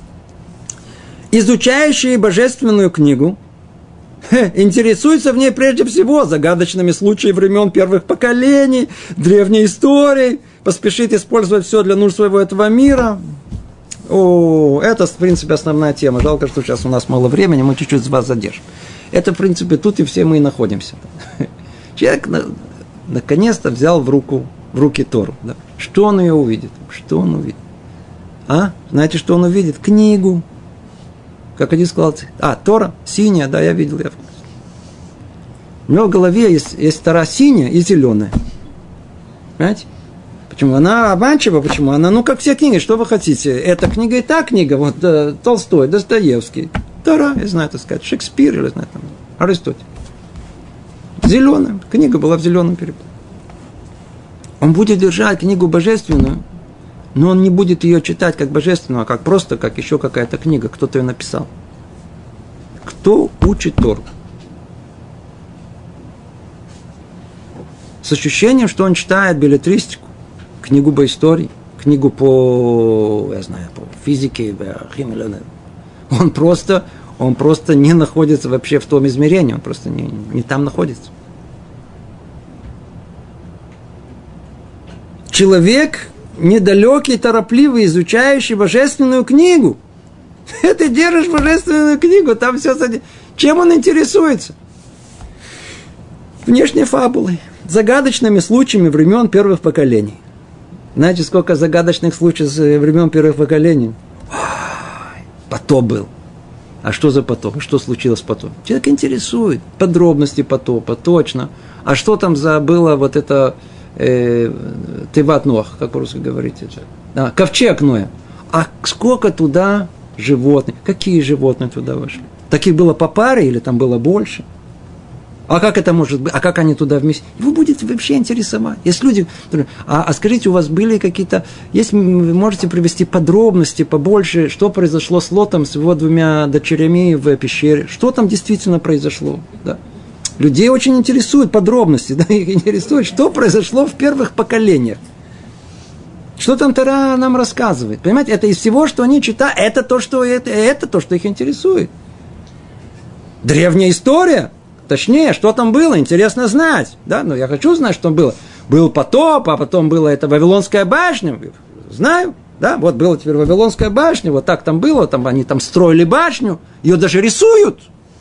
Изучающий божественную книгу, интересуется в ней прежде всего загадочными случаями времен первых поколений, древней истории, поспешит использовать все для нужд своего этого мира. О, это, в принципе, основная тема. Жалко, что сейчас у нас мало времени, мы чуть-чуть с вас задержим. Это, в принципе, тут и все мы и находимся. Человек наконец-то взял в руку, в руки Тору. Да? Что он ее увидит? Что он увидит? А? Знаете, что он увидит? Книгу. Как один сказал, а, Тора, синяя, да, я видел. Я... У него в голове есть, есть Тора синяя и зеленая. Понимаете? Почему? Она обманчива, почему? Она, ну, как все книги, что вы хотите? Эта книга и та книга, вот, э, Толстой, Достоевский, Тора, я знаю, так сказать, Шекспир, или знаю, там, Аристотель. Зеленая, книга была в зеленом переплете. Он будет держать книгу божественную, но он не будет ее читать как божественную, а как просто, как еще какая-то книга, кто-то ее написал. Кто учит Тору? С ощущением, что он читает беллетристику, книгу по истории, книгу по, я знаю, по физике, химии. Он просто, он просто не находится вообще в том измерении, он просто не, не там находится. Человек недалекий, торопливый, изучающий божественную книгу. Ты держишь божественную книгу, там все садится. Чем он интересуется? Внешней фабулой, загадочными случаями времен первых поколений. Знаете, сколько загадочных случаев времен первых поколений? Ой, потоп был. А что за потоп? Что случилось потом? Человек интересует. Подробности потопа, точно. А что там за было вот это... Теват Ноах, как по-русски говорите. А, ковчег Ноя. А сколько туда животных? Какие животные туда вошли? Таких было по паре или там было больше? А как это может быть? А как они туда вместе? Вы будете вообще интересовать. Есть люди, которые... А, а скажите, у вас были какие-то... Есть, вы можете привести подробности побольше, что произошло с Лотом, с его двумя дочерями в пещере? Что там действительно произошло? Да. Людей очень интересуют подробности, да, их интересует, что произошло в первых поколениях. Что там Тора нам рассказывает. Понимаете, это из всего, что они читают, это то, что, это, это то, что их интересует. Древняя история, точнее, что там было, интересно знать. Да? Но я хочу знать, что там было. Был потоп, а потом была эта Вавилонская башня. Знаю, да, вот была теперь Вавилонская башня, вот так там было, там, они там строили башню, ее даже рисуют.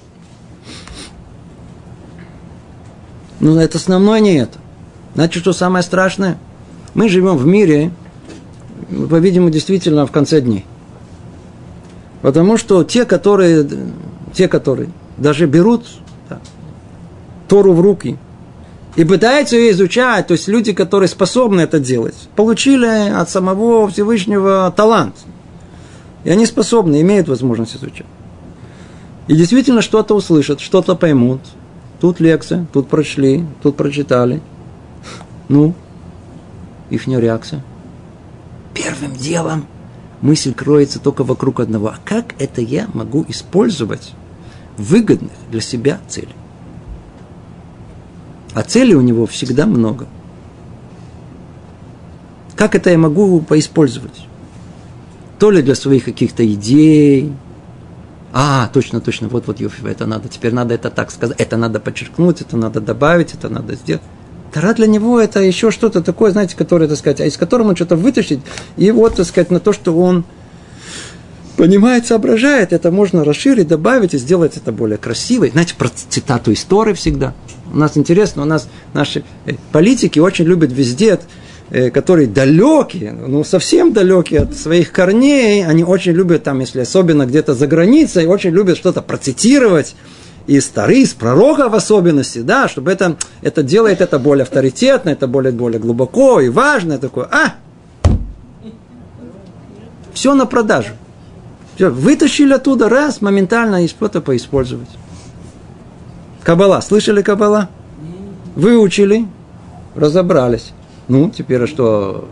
Но это основное не это. Знаете, что самое страшное? Мы живем в мире, по-видимому, действительно в конце дней. Потому что те, которые, те, которые даже берут да, Тору в руки и пытаются ее изучать, то есть люди, которые способны это делать, получили от самого Всевышнего талант. И они способны, имеют возможность изучать. И действительно что-то услышат, что-то поймут. Тут лекция, тут прочли, тут прочитали. Ну, ихняя реакция. Первым делом мысль кроется только вокруг одного. А как это я могу использовать выгодных для себя целей? А целей у него всегда много. Как это я могу поиспользовать? То ли для своих каких-то идей. А, точно, точно, вот-вот, это надо, теперь надо это так сказать, это надо подчеркнуть, это надо добавить, это надо сделать. Тора для него это еще что-то такое, знаете, которое, так сказать, а из которого он что-то вытащит, и вот, так сказать, на то, что он понимает, соображает, это можно расширить, добавить и сделать это более красиво. Знаете, про цитату истории всегда. У нас интересно, у нас наши политики очень любят везде, которые далекие, ну, совсем далекие от своих корней, они очень любят, там, если особенно где-то за границей, очень любят что-то процитировать из Торы, из пророков в особенности, да, чтобы это, это делает это более авторитетно, это более, более глубоко и важно, такое, а, все на продажу. Все, вытащили оттуда, раз, моментально и что-то поиспользовать. Каббала, слышали Каббала? Выучили, разобрались. Ну, теперь что?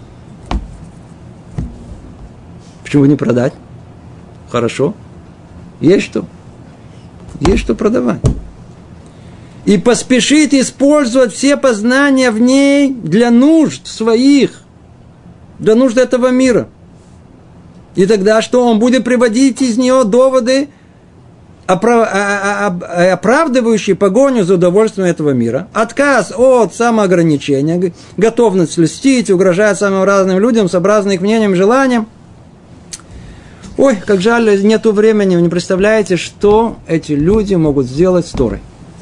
Почему не продать? Хорошо. Есть что? Есть что продавать. И поспешит использовать все познания в ней для нужд своих, для нужд этого мира. И тогда что? Он будет приводить из нее доводы, оправдывающие погоню за удовольствием этого мира, отказ от самоограничения, готовность льстить, угрожать самым разным людям, сообразно их мнениям и желаниям. Ой, как жаль, нету времени, вы не представляете, что эти люди могут сделать с Торой.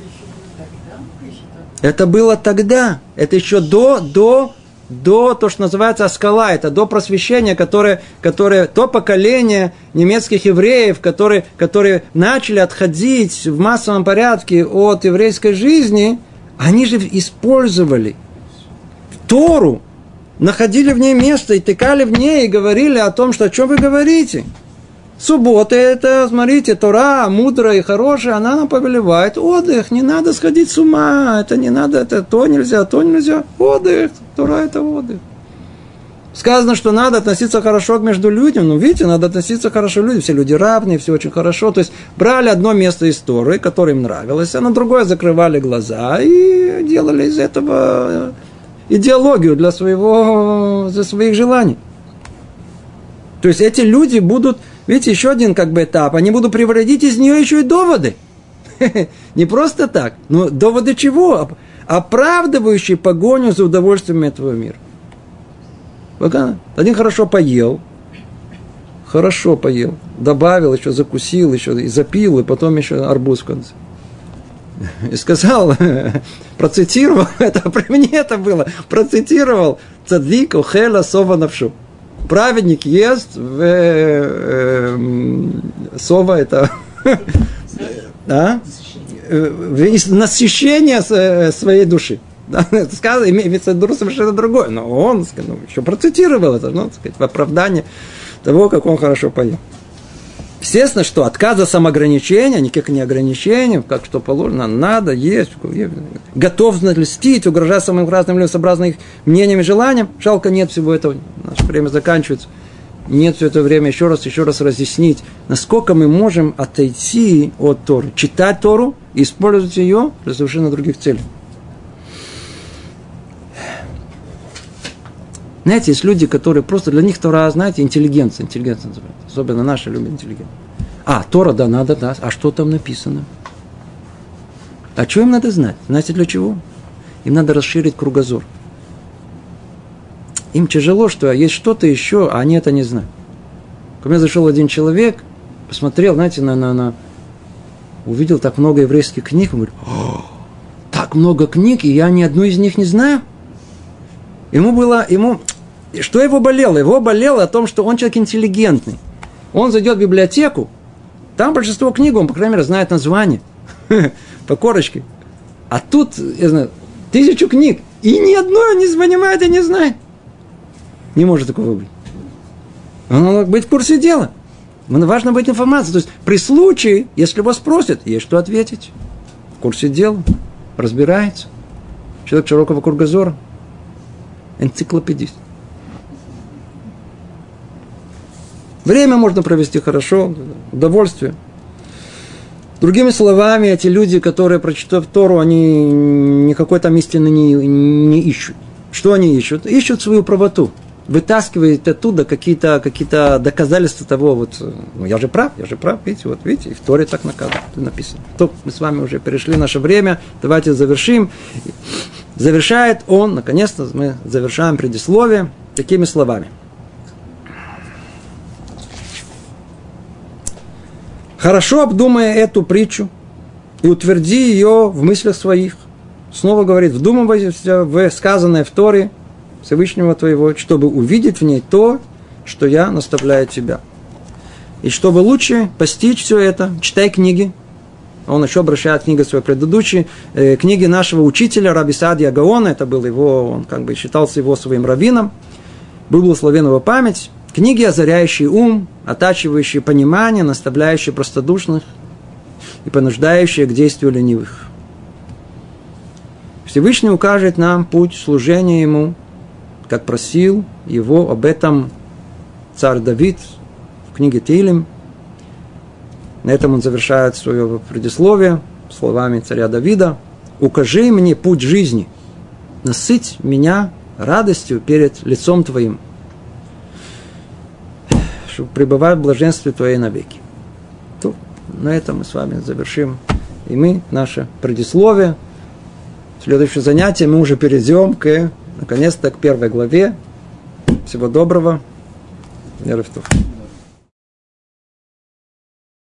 Это было тогда, это еще до, до, до то, что называется аскала, это до просвещения, которое, которое, то поколение немецких евреев, которые, которые начали отходить в массовом порядке от еврейской жизни, они же использовали Тору, находили в ней место и тыкали в ней и говорили о том, что о чем вы говорите. Суббота это, смотрите, Тора, мудрая и хорошая, она нам повелевает отдых, не надо сходить с ума, это не надо, это то нельзя, то нельзя, отдых, Тора это отдых. Сказано, что надо относиться хорошо между людьми, ну видите, надо относиться хорошо к людям, все люди равные, все очень хорошо, то есть брали одно место из Торы, которое им нравилось, а на другое закрывали глаза и делали из этого идеологию для, своего, для своих желаний. То есть эти люди будут, видите, еще один как бы этап, они будут приводить из нее еще и доводы. Не просто так, но доводы чего? Оправдывающие погоню за удовольствием этого мира. Один хорошо поел, хорошо поел, добавил, еще закусил, еще и запил, и потом еще арбуз в конце. И сказал, процитировал, это при мне это было, процитировал цадвик охела сова навшу. Праведник ест, в, э, э, сова это да, насыщение своей души. Да, сказано, имеется в виду совершенно другое, но он ну, еще процитировал это, ну, так сказать, в оправдании того, как он хорошо поел. Естественно, что отказа самоограничения, никаких не ограничений, как что положено, надо есть, готовность льстить, угрожать самым разным людям, сообразно их мнениям и желаниям. Жалко, нет всего этого. Наше время заканчивается. Нет все это время еще раз, еще раз разъяснить, насколько мы можем отойти от Торы, читать Тору и использовать ее для совершенно других целей. Знаете, есть люди, которые просто для них Тора, знаете, интеллигенция, интеллигенция называется. Особенно наши любят интеллигенцию. А, Тора, да, надо, да. А что там написано? А что им надо знать? Знаете, для чего? Им надо расширить кругозор. Им тяжело, что есть что-то еще, а они это не знают. Ко мне зашел один человек, посмотрел, знаете, на, на, на увидел так много еврейских книг, он говорит, так много книг, и я ни одну из них не знаю. Ему было, ему, что его болело? Его болело о том, что он человек интеллигентный. Он зайдет в библиотеку, там большинство книг, он, по крайней мере, знает название, по корочке. А тут, я знаю, тысячу книг, и ни одной не понимает и не знает. Не может такого быть. Он должен быть в курсе дела. Важно быть информацией. То есть, при случае, если вас спросят, есть что ответить. В курсе дела, разбирается. Человек широкого кругозора. Энциклопедист. Время можно провести хорошо, удовольствие. Другими словами, эти люди, которые прочитав Тору, они никакой там истины не, не ищут. Что они ищут? Ищут свою правоту. Вытаскивают оттуда какие-то, какие-то доказательства того, вот, ну, я же прав, я же прав, видите, вот, видите, и в Торе так написано. То, мы с вами уже перешли наше время, давайте завершим. Завершает он, наконец-то мы завершаем предисловие такими словами. Хорошо обдумая эту притчу и утверди ее в мыслях своих. Снова говорит, вдумывайся в сказанное в Торе Всевышнего твоего, чтобы увидеть в ней то, что я наставляю тебя. И чтобы лучше постичь все это, читай книги. Он еще обращает книгу своей предыдущей, э, книги нашего учителя Раби Саадья Гаона, это был его, он как бы считался его своим раввином, был благословен его память. Книги, озаряющие ум, оттачивающие понимание, наставляющие простодушных и понуждающие к действию ленивых. Всевышний укажет нам путь служения Ему, как просил его об этом царь Давид в книге Теилим. На этом он завершает свое предисловие словами царя Давида. «Укажи мне путь жизни, насыть меня радостью перед лицом Твоим, чтобы пребывать в блаженстве Твоей навеки». То, на этом мы с вами завершим и мы наше предисловие. В следующее занятие мы уже перейдем к, наконец-то, к первой главе. Всего доброго. Эрев тов.